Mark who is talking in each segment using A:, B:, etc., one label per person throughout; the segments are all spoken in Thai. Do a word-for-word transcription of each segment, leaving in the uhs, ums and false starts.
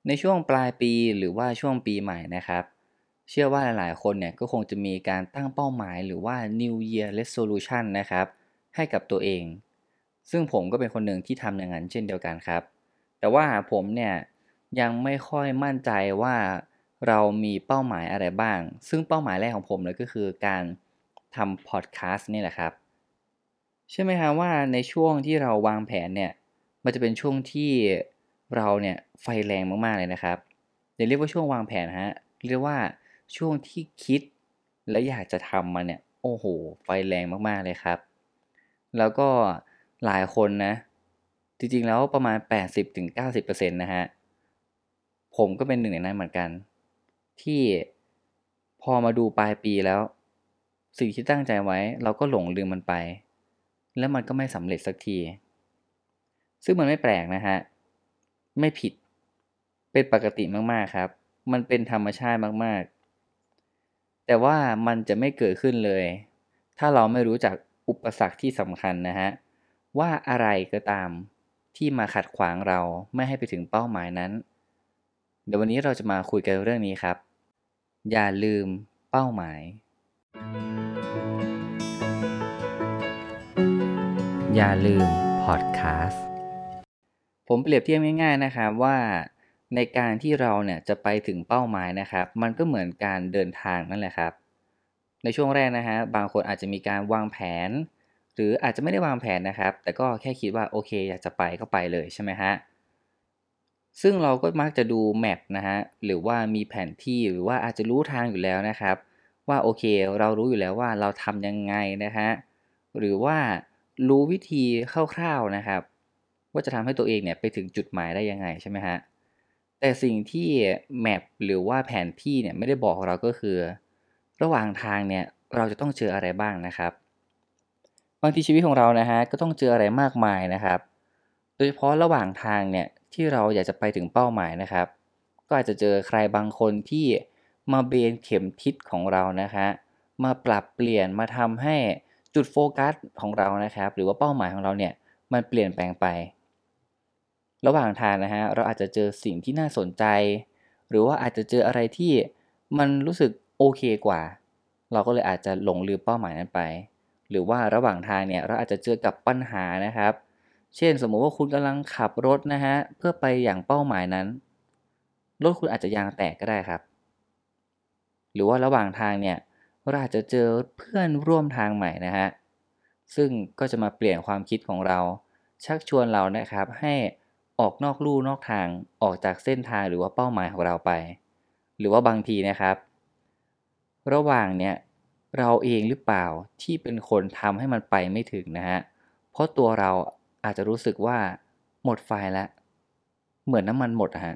A: ในช่วงปลายปีหรือว่าช่วงปีใหม่นะครับเชื่อว่าหลายๆคนเนี่ยก็คงจะมีการตั้งเป้าหมายหรือว่า New Year Resolution นะครับให้กับตัวเองซึ่งผมก็เป็นคนหนึ่งที่ทำอย่างนั้นเช่นเดียวกันครับแต่ว่าผมเนี่ยยังไม่ค่อยมั่นใจว่าเรามีเป้าหมายอะไรบ้างซึ่งเป้าหมายแรกของผมเลยก็คือการทำพอดแคสต์นี่แหละครับใช่ไหมครับว่าในช่วงที่เราวางแผนเนี่ยมันจะเป็นช่วงที่เราเนี่ยไฟแรงมากๆเลยนะครับ อย่าเรียกว่าช่วงวางแผนฮะเรียกว่าช่วงที่คิดและอยากจะทำมันเนี่ยโอ้โหไฟแรงมากๆเลยครับแล้วก็หลายคนนะจริงๆแล้วประมาณแปดสิบถึงเก้าสิบเปอร์เซ็นต์นต์นะฮะผมก็เป็นหนึ่งในนั้นเหมือนกันที่พอมาดูปลายปีแล้วสิ่งที่ตั้งใจไว้เราก็หลงลืมมันไปแล้วมันก็ไม่สำเร็จสักทีซึ่งมันไม่แปลกนะฮะไม่ผิดเป็นปกติมากๆครับมันเป็นธรรมชาติมากๆแต่ว่ามันจะไม่เกิดขึ้นเลยถ้าเราไม่รู้จักอุปสรรคที่สำคัญนะฮะว่าอะไรก็ตามที่มาขัดขวางเราไม่ให้ไปถึงเป้าหมายนั้นเดี๋ยววันนี้เราจะมาคุยกันเรื่องนี้ครับอย่าลืมเป้าหมายอย่าลืมพอดแคสต์ ผมเปรียบเทียบง่ายๆนะครับว่าในการที่เราเนี่ยจะไปถึงเป้าหมายนะครับมันก็เหมือนการเดินทางนั่นแหละครับในช่วงแรกนะฮะบางคนอาจจะมีการวางแผนหรืออาจจะไม่ได้วางแผนนะครับแต่ก็แค่คิดว่าโอเคอยากจะไปก็ไปเลยใช่ไหมฮะซึ่งเราก็มักจะดูแมปนะฮะหรือว่ามีแผนที่หรือว่าอาจจะรู้ทางอยู่แล้วนะครับว่าโอเคเรารู้อยู่แล้วว่าเราทำยังไงนะฮะหรือว่ารู้วิธีคร่าวๆนะครับ ว่าจะทำให้ตัวเองเนี่ยไปถึงจุดหมายได้ยังไงใช่ไหมฮะแต่สิ่งที่แมปหรือว่าแผนที่เนี่ยไม่ได้บอกเราก็คือระหว่างทางเนี่ยเราจะต้องเจออะไรบ้างนะครับบางทีชีวิตของเรานะฮะก็ต้องเจออะไรมากมายนะครับโดยเฉพาะระหว่างทางเนี่ยที่เราอยากจะไปถึงเป้าหมายนะครับก็อาจจะเจอใครบางคนที่มาเบนเข็มทิศของเรานะฮะมาปรับเปลี่ยนมาทำให้จุดโฟกัสของเรานะครับหรือว่าเป้าหมายของเราเนี่ยมันเปลี่ยนแปลงไป ระหว่างทางนะฮะเราอาจจะเจอสิ่งที่น่าสนใจหรือว่าอาจจะเจออะไรที่มันรู้สึกโอเคกว่าเราก็เลยอาจจะหลงลืมเป้าหมายนั้นไปหรือว่าระหว่างทางเนี่ยเราอาจจะเจอกับปัญหานะครับเช่นสมมุติว่าคุณกำลังขับรถนะฮะเพื่อไปอย่างเป้าหมายนั้นรถคุณอาจจะยางแตกก็ได้ครับหรือว่าระหว่างทางเนี่ยเราอาจจะเจอเพื่อนร่วมทางใหม่นะฮะซึ่งก็จะมาเปลี่ยนความคิดของเราชักชวนเรานะครับให้ ออกนอกลู่นอกทางออกจากเส้นทางหรือว่าเป้าหมายของเราไปหรือว่าบางทีนะครับระหว่างเนี่ยเราเองหรือเปล่าที่เป็นคนทำให้มันไปไม่ถึงนะฮะเพราะตัวเราอาจจะรู้สึกว่าหมดไฟแล้วเหมือนน้ำมันหมดอะฮะ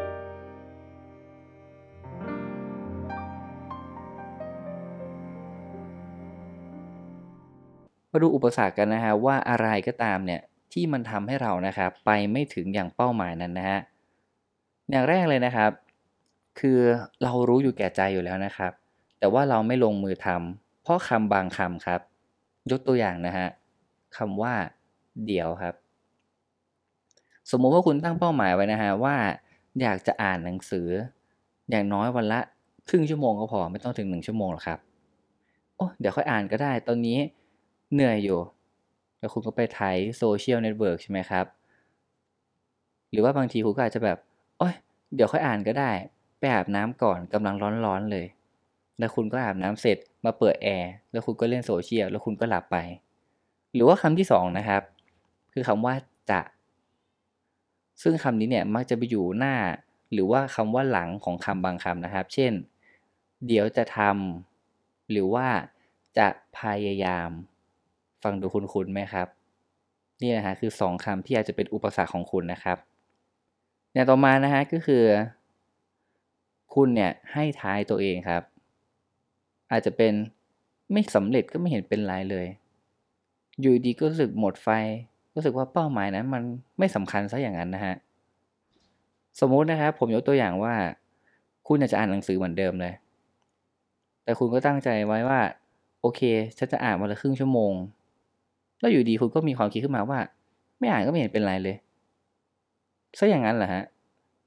A: มาดูอุปสรรคกันนะฮะว่าอะไรก็ตามเนี่ยที่มันทำให้เรานะครับไปไม่ถึงอย่างเป้าหมายนั้นนะฮะอย่างแรกเลยนะครับคือเรารู้อยู่แก่ใจอยู่แล้วนะครับแต่ว่าเราไม่ลงมือทำเพราะคำบางคำครับ ยกตัวอย่างนะฮะคำว่าเดี๋ยวครับสมมุติว่าคุณตั้งเป้าหมายไว้นะฮะว่าอยากจะอ่านหนังสืออย่างน้อยวันละครึ่งชั่วโมงก็พอไม่ต้องถึงหนึ่งชั่วโมงหรอกครับโอ้เดี๋ยวค่อยอ่านก็ได้ตอนนี้เหนื่อยอยู่แล้วคุณก็ไปไถโซเชียลเน็ตเวิร์กใช่ไหมครับหรือว่าบางทีคุณก็อาจจะแบบโอ๊ยเดี๋ยวค่อยอ่านก็ได้ไปอาบน้ำก่อนกำลังร้อนๆเลยแล้วคุณก็อาบน้ำเสร็จมาเปิดแอร์แล้วคุณก็เล่นโซเชียลแล้วคุณก็หลับไป หรือว่าคำที่สองนะครับคือคำว่าจะซึ่งคำนี้เนี่ยมักจะไปอยู่หน้าหรือว่าคำว่าหลังของคำบางคำนะครับเช่นเดี๋ยวจะทำหรือว่าจะพยายามฟังดูคุ้นๆไหมครับนี่นะฮะคือสองคำที่อาจจะเป็นอุปสรรคของคุณนะครับอย่างต่อมานะฮะก็คือคุณเนี่ยให้ท้ายตัวเองครับอาจจะเป็นไม่สำเร็จก็ไม่เห็นเป็นไรเลย อยู่ดีก็รู้สึกหมดไฟรู้สึกว่าเป้าหมายนั้นมันไม่สำคัญซะอย่างนั้นนะฮะสมมุตินะครับผมยกตัวอย่างว่าคุณอยากจะอ่านหนังสือเหมือนเดิมเลยแต่คุณก็ตั้งใจไว้ว่าโอเคฉันจะอ่านวันละครึ่งชั่วโมงแล้วอยู่ดีคุณก็มีความคิดขึ้นมาว่าไม่อ่านก็ไม่เห็นเป็นไรเลยซะอย่างนั้นเหรอฮะ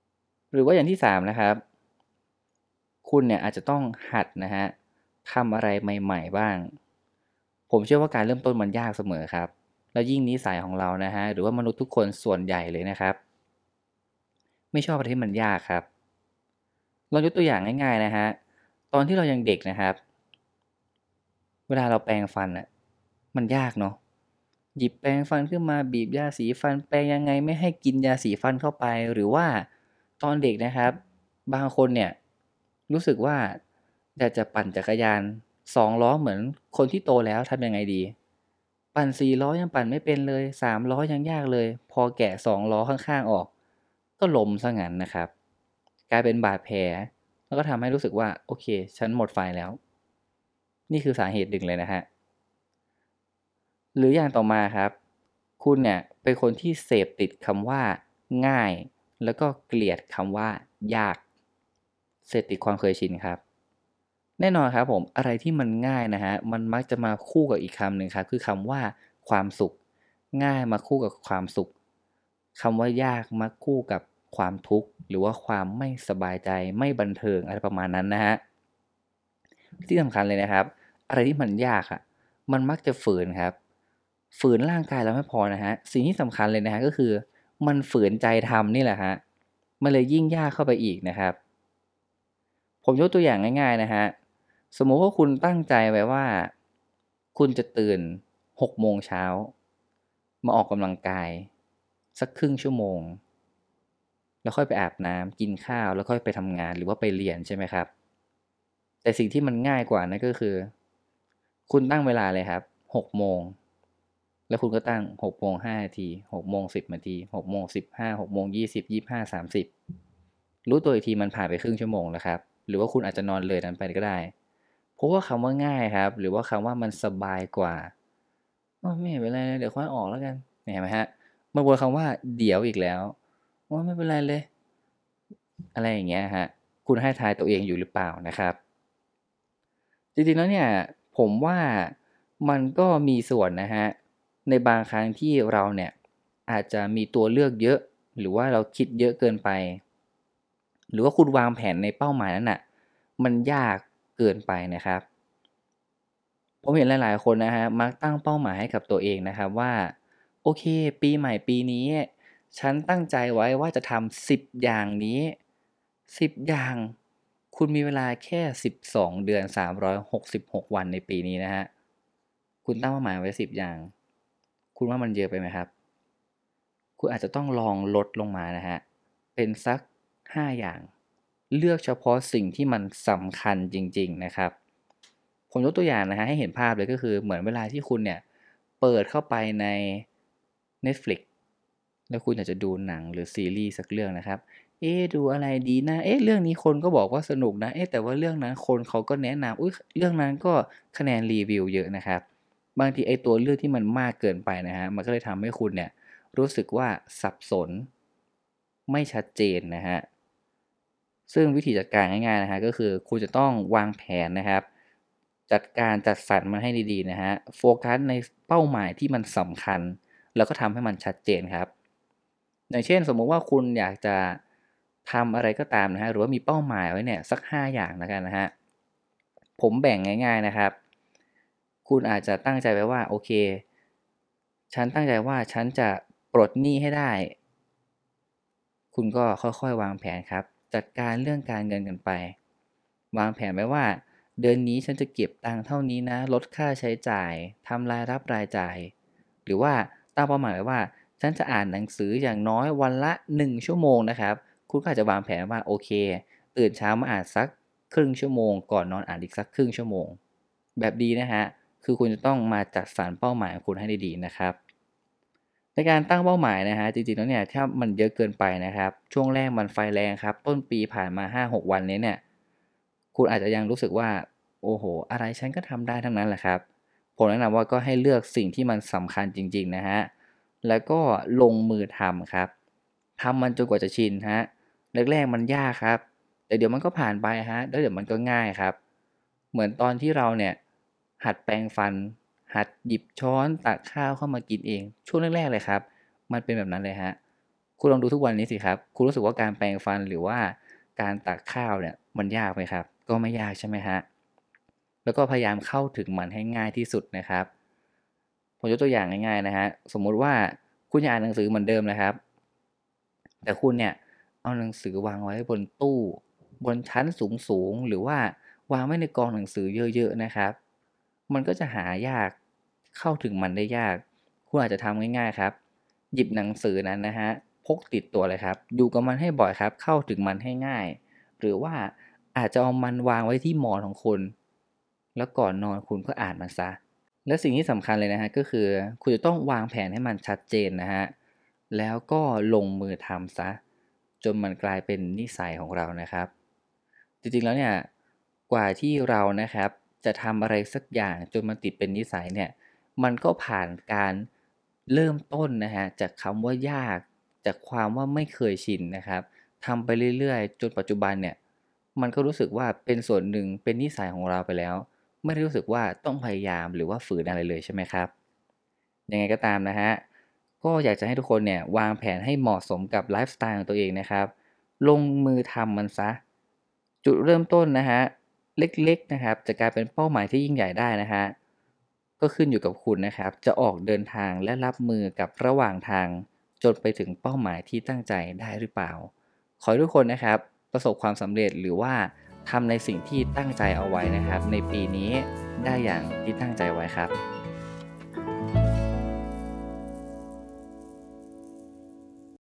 A: หรือว่าอย่างที่สามนะครับคุณเนี่ยอาจจะต้องหัดนะฮะทำอะไรใหม่ๆบ้างผมเชื่อว่าการเริ่มต้นมันยากเสมอครับแล้วยิ่งนิสัยของเรานะฮะหรือว่ามนุษย์ทุกคนส่วนใหญ่เลยนะครับไม่ชอบอะไรที่มันยากครับลองยกตัวอย่างง่ายๆนะฮะตอนที่เรายังเด็กนะครับเวลาเราแปรงฟันอ่ะมันยากเนาะหยิบแปรงฟันขึ้นมาบีบยาสีฟันแปรงยังไงไม่ให้กินยาสีฟันเข้าไปหรือว่าตอนเด็กนะครับบางคนเนี่ยรู้สึกว่าอยากจะปั่นจักรยานสองล้อเหมือนคนที่โตแล้วทำยังไงดีปั่นสี่ล้อยังปั่นไม่เป็นเลยสามล้อยังยากเลยพอแกะสองล้อข้างๆออกก็ล้มซะงั้นนะครับกลายเป็นบาดแผลแล้วก็ทำให้รู้สึกว่าโอเคฉันหมดไฟแล้วนี่คือสาเหตุหนึ่งเลยนะฮะ หรืออย่างต่อมาครับคุณเนี่ยเป็นคนที่เสพติดคำว่าง่ายแล้วก็เกลียดคำว่ายากเสพติดความเคยชินครับแน่นอนครับผมอะไรที่มันง่ายนะฮะมันมักจะมาคู่กับอีกคำหนึ่งครับคือคำว่าความสุขง่ายมาคู่กับความสุขคำว่ายากมักคู่กับความทุกข์หรือว่าความไม่สบายใจไม่บันเทิงอะไรประมาณนั้นนะฮะที่สำคัญเลยนะครับอะไรที่มันยากอะมันมักจะฝืนครับ ฝืนร่างกายเราไม่พอนะฮะสิ่งที่สำคัญเลยนะฮะก็คือมันฝืนใจทำนี่แหละฮะมันเลยยิ่งยากเข้าไปอีกนะครับผมยกตัวอย่างง่ายๆนะฮะสมมุติว่าคุณตั้งใจไว้ว่าคุณจะตื่นหกโมงเช้ามาออกกำลังกายสักครึ่งชั่วโมงแล้วค่อยไปอาบน้ำกินข้าวแล้วค่อยไปทำงานหรือว่าไปเรียนใช่ไหมครับแต่สิ่งที่มันง่ายกว่านั่นก็คือคุณตั้งเวลาเลยครับหกโมง แล้วคุณก็ตั้งหกโมงห้านาทีหกโมงสิบนาทีหกโมงสิบห้าหกโมงยี่สิบยี่ห้าสามสิบรู้ตัวอีกทีมันผ่านไปครึ่งชั่วโมงแล้วครับหรือว่าคุณอาจจะนอนเลยนั้นไปก็ได้เพราะว่าคำว่าง่ายครับหรือว่าคำว่ามันสบายกว่าไม่เห็นเป็นไรเลยเดี๋ยวค่อยออกแล้วกันเห็นไหมฮะมาบนคำว่าเดี๋ยวอีกแล้วว่าไม่เป็นไรเลยอะไรอย่างเงี้ยฮะคุณให้ทายตัวเองอยู่หรือเปล่านะครับ จริงๆแล้วเนี่ยผมว่ามันก็มีส่วนนะฮะในบางครั้งที่เราเนี่ยอาจจะมีตัวเลือกเยอะหรือว่าเราคิดเยอะเกินไปหรือว่าคุณวางแผนในเป้าหมายนั้นน่ะมันยากเกินไปนะครับผมเห็นหลายๆคนนะฮะมักตั้งเป้าหมายให้กับตัวเองนะครับว่าโอเคปีใหม่ปีนี้ฉันตั้งใจไว้ว่าจะทำสิบอย่างนี้สิบอย่างคุณมีเวลาแค่สิบสองเดือนสามร้อยหกสิบหกวันในปีนี้นะฮะคุณตั้งเป้าหมายไว้สิบอย่างคุณว่ามันเยอะไปไหมครับคุณอาจจะต้องลองลดลงมานะฮะเป็นสักห้าอย่างเลือกเฉพาะสิ่งที่มันสำคัญจริงๆนะครับผมยกตัวอย่างนะฮะให้เห็นภาพเลยก็คือเหมือนเวลาที่คุณเนี่ยเปิดเข้าไปใน Netflix แล้วคุณอยากจะดูหนังหรือซีรีส์สักเรื่องนะครับ เอ๊ะดูอะไรดีนะเอ๊ะเรื่องนี้คนก็บอกว่าสนุกนะเอ๊ะแต่ว่าเรื่องนั้นคนเขาก็แนะนำอุ๊ยเรื่องนั้นก็คะแนนรีวิวเยอะนะครับบางทีไอ้ตัวเลือกที่มันมากเกินไปนะฮะมันก็เลยทำให้คุณเนี่ยรู้สึกว่าสับสนไม่ชัดเจนนะฮะซึ่งวิธีจัดการง่ายๆนะฮะก็คือคุณจะต้องวางแผนนะครับจัดการจัดสรรมันให้ดีๆนะฮะโฟกัสในเป้าหมายที่มันสำคัญแล้วก็ทำให้มันชัดเจนครับ อย่างเช่นสมมุติว่าคุณอยากจะทำอะไรก็ตามนะฮะหรือว่ามีเป้าหมายไว้เนี่ยสักห้าอย่างแล้วกันนะฮะผมแบ่งง่ายๆนะครับคุณอาจจะตั้งใจไว้ว่าโอเคฉันตั้งใจว่าฉันจะปลดหนี้ให้ได้คุณก็ค่อยๆวางแผนครับจัดการเรื่องการเงินกันไปวางแผนไว้ว่าเดือนนี้ฉันจะเก็บตังค์เท่านี้นะลดค่าใช้จ่ายทำรายรับรายจ่ายหรือว่าตั้งเป้าหมายไว้ว่า ฉันจะอ่านหนังสืออย่างน้อยวันละหนึ่งชั่วโมงนะครับคุณก็อาจจะวางแผนว่าโอเคตื่นเช้ามาอ่านสักครึ่งชั่วโมงก่อนนอนอ่านอีกสักครึ่งชั่วโมงแบบดีนะฮะคือคุณจะต้องมาจัดสรรเป้าหมายของคุณให้ดีๆนะครับในการตั้งเป้าหมายนะฮะจริงๆแล้วเนี่ยถ้ามันเยอะเกินไปนะครับช่วงแรกมันไฟแรงครับต้นปีผ่านมา ห้าถึงหก วันนี้เนี่ยคุณอาจจะยังรู้สึกว่าโอ้โหอะไรฉันก็ทำได้ทั้งนั้นแหละครับผมแนะนำว่าก็ให้เลือกสิ่งที่มันสำคัญจริงๆนะฮะ แล้วก็ลงมือทำครับทำมันจนกว่าจะชินฮะแรกๆมันยากครับแต่เดี๋ยวมันก็ผ่านไปฮะแล้วเดี๋ยวมันก็ง่ายครับเหมือนตอนที่เราเนี่ยหัดแปรงฟันหัดหยิบช้อนตักข้าวเข้ามากินเองช่วงแรกๆเลยครับมันเป็นแบบนั้นเลยฮะคุณลองดูทุกวันนี้สิครับคุณรู้สึกว่าการแปรงฟันหรือว่าการตักข้าวเนี่ยมันยากไหมครับก็ไม่ยากใช่ไหมฮะแล้วก็พยายามเข้าถึงมันให้ง่ายที่สุดนะครับผมยกตัวอย่างง่ายๆนะฮะสมมุติว่าคุณอยากอ่านหนังสือเหมือนเดิมนะครับแต่คุณเนี่ยเอาหนังสือวางไว้บนตู้บนชั้นสูงๆหรือว่าวางไว้ในกองหนังสือเยอะๆนะครับมันก็จะหายากเข้าถึงมันได้ยากคุณอาจจะทำง่ายๆครับหยิบหนังสือนั้นนะฮะพกติดตัวเลยครับอยู่กับมันให้บ่อยครับเข้าถึงมันให้ง่ายหรือว่าอาจจะเอามันวางไว้ที่หมอนของคุณแล้วก่อนนอนคุณก็อ่านมันซะ และสิ่งที่สำคัญเลยนะฮะก็คือคุณจะต้องวางแผนให้มันชัดเจนนะฮะแล้วก็ลงมือทำซะจนมันกลายเป็นนิสัยของเรานะครับจริงๆแล้วเนี่ยกว่าที่เรานะครับจะทำอะไรสักอย่างจนมันติดเป็นนิสัยเนี่ยมันก็ผ่านการเริ่มต้นนะฮะจากคำว่ายากจากความว่าไม่เคยชินนะครับทำไปเรื่อยๆจนปัจจุบันเนี่ยมันก็รู้สึกว่าเป็นส่วนหนึ่งเป็นนิสัยของเราไปแล้ว ไม่ได้รู้สึกว่าต้องพยายามหรือว่าฝืนอะไรเลยใช่ไหมครับยังไงก็ตามนะฮะก็อยากจะให้ทุกคนเนี่ยวางแผนให้เหมาะสมกับไลฟ์สไตล์ของตัวเองนะครับลงมือทำมันซะจุดเริ่มต้นนะฮะเล็กๆนะครับจะกลายเป็นเป้าหมายที่ยิ่งใหญ่ได้นะฮะก็ขึ้นอยู่กับคุณนะครับจะออกเดินทางและรับมือกับระหว่างทางจนไปถึงเป้าหมายที่ตั้งใจได้หรือเปล่าขอให้ทุกคนนะครับประสบความสำเร็จหรือว่า ทำในสิ่งที่ตั้งใจเอาไว้นะครับในปีนี้ได้อย่างที่ตั้งใจไว้ครับ